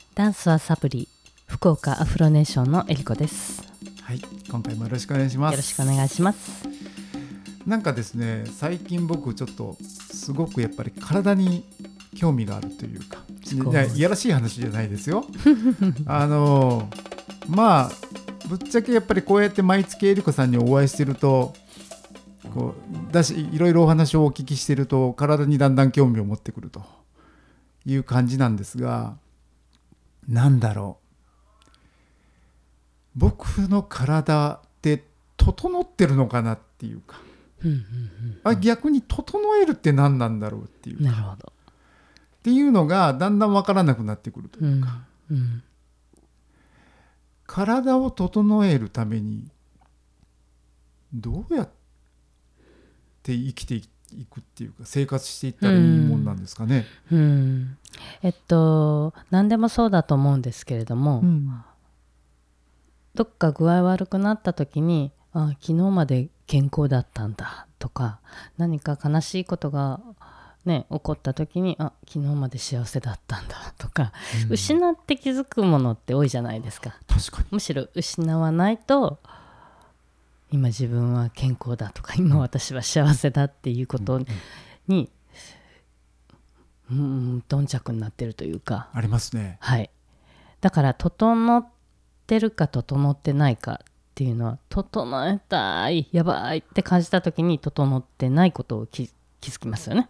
ダンスはサプリ、福岡アフロネーションのえりこです。 はい、今回もよろしくお願いします。 よろしくお願いします。 なんかですね、最近僕ちょっとすごくやっぱり体に興味があるというか、いやらしい話じゃないですよまあぶっちゃけやっぱりこうやって毎月えりこさんにお会いしてるとこうだし、いろいろお話をお聞きしてると体にだんだん興味を持ってくるという感じなんですが、なんだろう、僕の体って整ってるのかなっていうか、逆に整えるって何なんだろうっていうか、 なるほどっていうのがだんだん分からなくなってくるというか、体を整えるためにどうやって生きていくっていうか生活していったらいいもんなんですかね。 何でもそうだと思うんですけれども、どっか具合悪くなった時に昨日まで健康だったんだとか、何か悲しいことが起こった時に昨日まで幸せだったんだとか、失って気づくものって多いじゃないですか。 確かに。 むしろ失わないと今自分は健康だとか、今私は幸せだっていうことに、頓着になってるというかありますね。 はい。だから整ってるか整ってないかっていうのは、整えたい、やばいって感じた時に整ってないことを気づきますよね。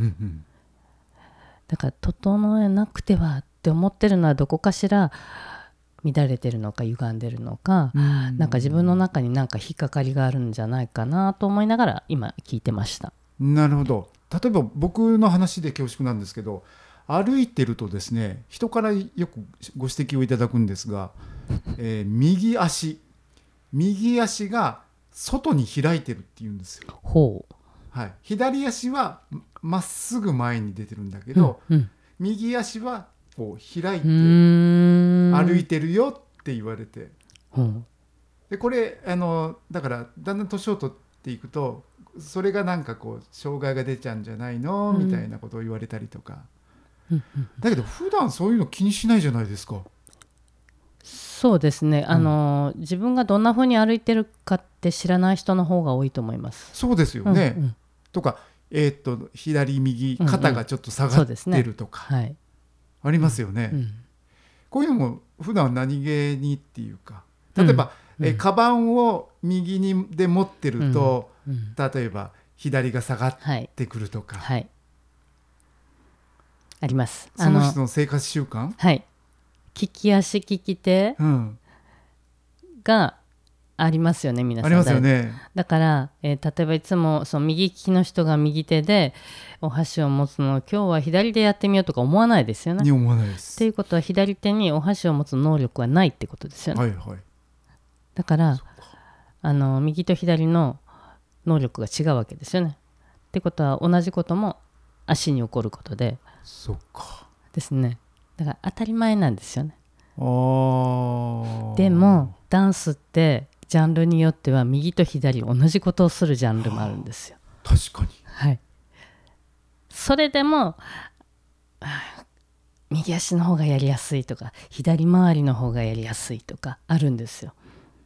だから整えなくてはって思ってるのはどこかしら乱れてるのか歪んでるのか、なんか自分の中になんか引っかかりがあるんじゃないかなと思いながら今聞いてました。 なるほど。例えば僕の話で恐縮なんですけど、歩いてるとですね、人からよくご指摘をいただくんですが、右足が外に開いてるっていうんですよ。 ほう。 はい、左足はまっすぐ前に出てるんだけど、右足はこう開いて歩いてるよって言われて、でこれだからだんだん年を取っていくとそれがなんかこう障害が出ちゃうんじゃないのみたいなことを言われたりとか、だけど普段そういうの気にしないじゃないですか。 そうですね、自分がどんな風に歩いてるかって知らない人の方が多いと思います。 そうですよね、とか、左右肩がちょっと下がってるとか、ありますよね、こういうのも普段何気にっていうか、例えば、カバンを右にで持ってると、例えば左が下がってくるとか、 あります。 その人の生活習慣、 利き足利き手がありますよね、皆さん。 ありますよね。 だから、例えばいつもその右利きの人が右手でお箸を持つのを今日は左でやってみようとか思わないですよね。 思わないです。 っていうことは左手にお箸を持つ能力はないってことですよね。だから右と左の能力が違うわけですよね。ってことは同じことも足に起こることで、 そっかですね。だから当たり前なんですよね。 でもダンスってジャンルによっては右と左同じことをするジャンルもあるんですよ。 確かに。 それでも右足の方がやりやすいとか左回りの方がやりやすいとかあるんですよ。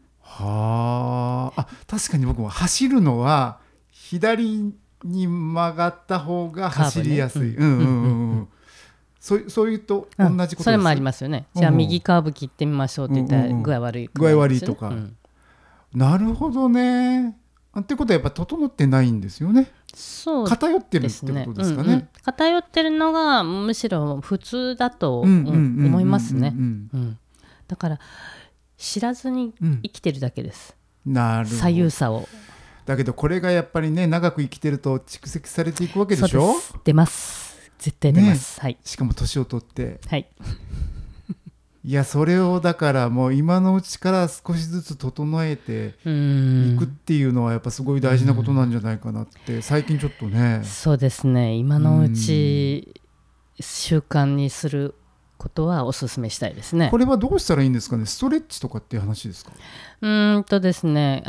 確かに僕も走るのは左に曲がった方が走りやすい。そういうと同じことです。 それもありますよね。じゃあ右カーブ切ってみましょうって言ったら具合悪い、 具合悪いとか、なるほどね。ってことはやっぱ整ってないんですよね。そうですね。偏ってるってことですかね。 偏ってるのがむしろ普通だと思いますね。だから知らずに生きてるだけです。 なるほど。 左右差を。だけどこれがやっぱりね、長く生きてると蓄積されていくわけでしょ。 出ます。絶対出ます。 しかも年を取って。いや、それをだからもう今のうちから少しずつ整えていくっていうのはやっぱすごい大事なことなんじゃないかなって最近ちょっとね。 そうですね。今のうち習慣にすることはお勧めしたいですね。 これはどうしたらいいんですかね。ストレッチとかっていう話ですか。 ですね、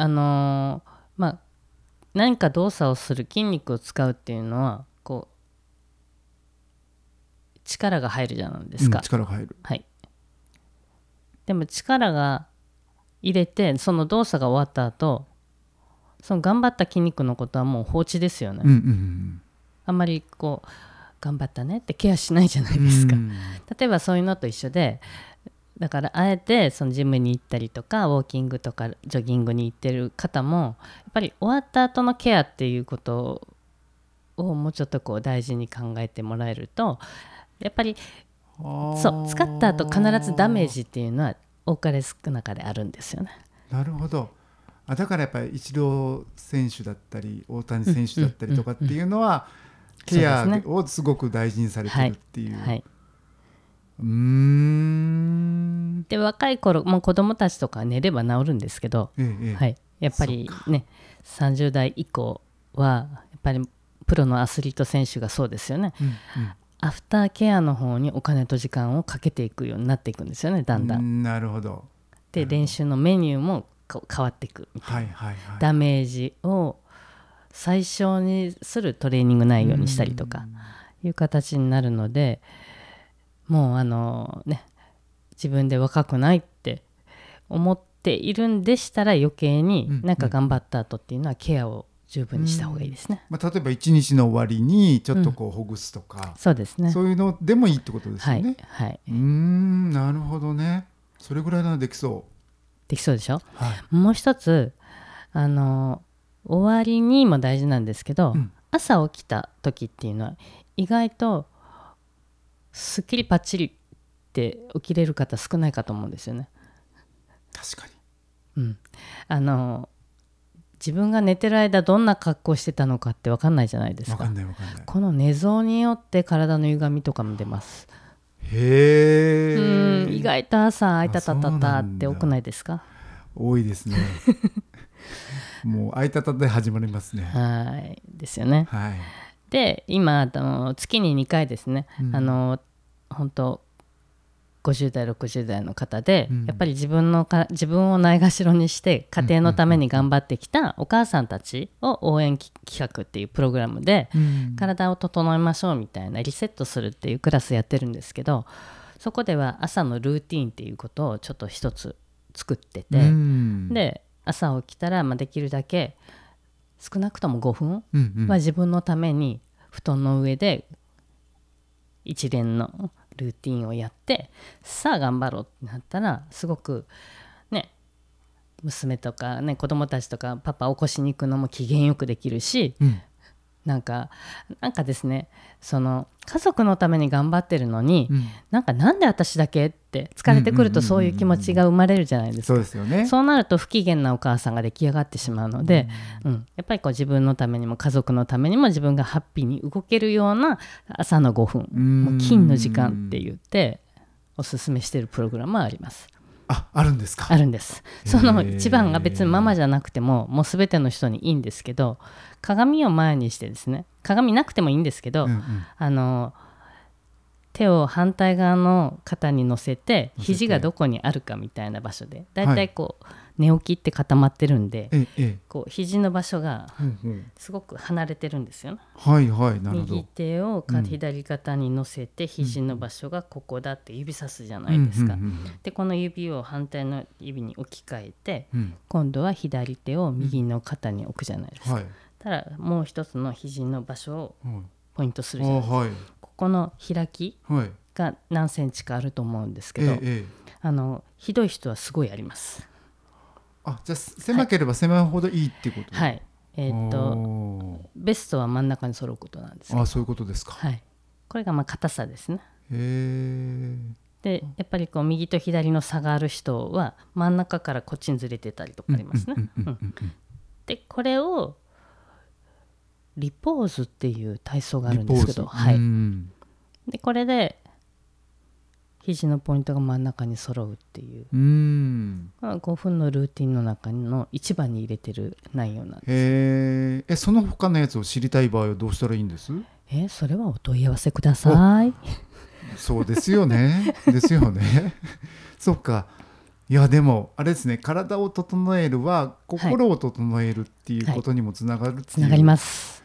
何か動作をする、筋肉を使うっていうのはこう力が入るじゃないですか。 力が入る。 でも力が入れてその動作が終わった後、その頑張った筋肉のことはもう放置ですよね、あんまりこう頑張ったねってケアしないじゃないですか、例えばそういうのと一緒で、だからあえてそのジムに行ったりとかウォーキングとかジョギングに行ってる方もやっぱり終わった後のケアっていうことをもうちょっとこう大事に考えてもらえると、やっぱりそう使った後必ずダメージっていうのは多かれ少なかれあるんですよね。 なるほど。だからやっぱりイチロー選手だったり大谷選手だったりとかっていうのはケアをすごく大事にされてるっていう。はい、 で若い頃もう子供たちとか寝れば治るんですけど、はい、やっぱりね30代以降はやっぱりプロのアスリート選手がそうですよね、アフターケアの方にお金と時間をかけていくようになっていくんですよね、だんだん。 なるほど。 で練習のメニューも変わっていくみたいな、ダメージを最小にするトレーニング内容にしたりとかいう形になるので、もう自分で若くないって思っているんでしたら余計になんか頑張った後っていうのはケアを十分にした方がいいですね。 例えば一日の終わりにちょっとこうほぐすとか、 そうですね、 そういうのでもいいってことですよね。 はい、 なるほどね。それぐらいならできそうでしょ、もう一つ終わりにも大事なんですけど、朝起きた時っていうのは意外とすっきりパッチリって起きれる方少ないかと思うんですよね。 確かに、自分が寝てる間どんな格好してたのかって分かんないじゃないですか。 分かんない。 この寝相によって体の歪みとかも出ます。 へ意外と朝あいたたたたって多くないですか？ 多いですねもうあいたたで始まりますね。 はいですよね、で今月に2回ですね、本当50代60代の方で、やっぱり自分をないがしろにして家庭のために頑張ってきたお母さんたちを応援企画っていうプログラムで、体を整えましょうみたいなリセットするっていうクラスやってるんですけど、そこでは朝のルーティーンっていうことをちょっと一つ作ってて、で朝起きたらできるだけ少なくとも5分は自分のために布団の上で一連のルーティンをやって、さあ頑張ろうってなったらすごくね、娘とかね子供たちとかパパ起こしに行くのも機嫌よくできるし、なんかですね、その家族のために頑張ってるのに、なんで私だけって疲れてくるとそういう気持ちが生まれるじゃないですか。 そうですよね。 そうなると不機嫌なお母さんが出来上がってしまうので、やっぱりこう自分のためにも家族のためにも自分がハッピーに動けるような朝の5分、もう金の時間って言っておすすめしているプログラムはあります。 あるんですか？ あるんです。その一番が別にママじゃなくてももう全ての人にいいんですけど、鏡を前にしてですね、鏡なくてもいいんですけど、手を反対側の肩に乗せて肘がどこにあるかみたいな場所で、だいたいこう、寝起きって固まってるんで、こう肘の場所がすごく離れてるんですよね。なるほど。右手を左肩に乗せて、肘の場所がここだって指さすじゃないですか。でこの指を反対の指に置き換えて、今度は左手を右の肩に置くじゃないですか。ただもう一つの肘の場所をポイントするじゃないですか。ここの開きが何センチかあると思うんですけど、ひどい人はすごいあります。 じゃあ狭ければ狭いほどいいってこと？ ベストは真ん中に揃うことなんですけど。 そういうことですか。 これが硬さですね。でやっぱりこう右と左の差がある人は真ん中からこっちにずれてたりとかありますね。でこれをリポーズっていう体操があるんですけど、でこれで肘のポイントが真ん中に揃うっていう、5分のルーティンの中の一番に入れてる内容なんです。 その他のやつを知りたい場合はどうしたらいいんです？ それはお問い合わせください。 そうですよねですよねそっか。いやでもあれですね、体を整えるは心を整えるっていうことにもつながるっていう、 つながります。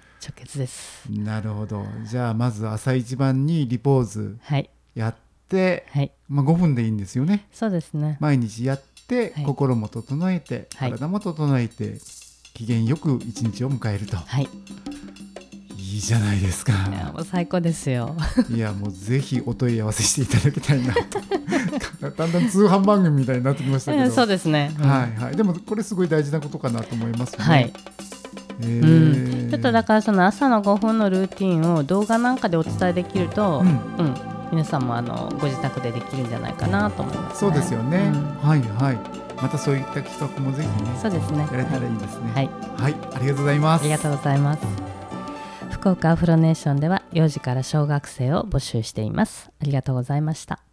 直結です。 なるほど。じゃあまず朝一番にリポーズやっ 、 はい、 5分でいいんですよね。 そうですね。 毎日やって、 はい、 心も整えて、 はい、 体も整えて、機嫌よく一日を迎えると、 はい、 いいじゃないですか。 いやもう最高ですよ。 いやもうぜひお問い合わせしていただきたいなとだんだん通販番組みたいになってきましたけど、 そうですね、 はいはい、でもこれすごい大事なことかなと思いますね。 はい、ちょっとだからその朝の5分のルーティンを動画なんかでお伝えできると、皆さんもご自宅でできるんじゃないかなと思いますね。 そうですよね、はいはい。またそういった企画もぜひね、 そうですね、 やれたらいいですね。 はい、 はい、ありがとうございます。 ありがとうございます。福岡アフロネーションでは幼児から小学生を募集しています。ありがとうございました。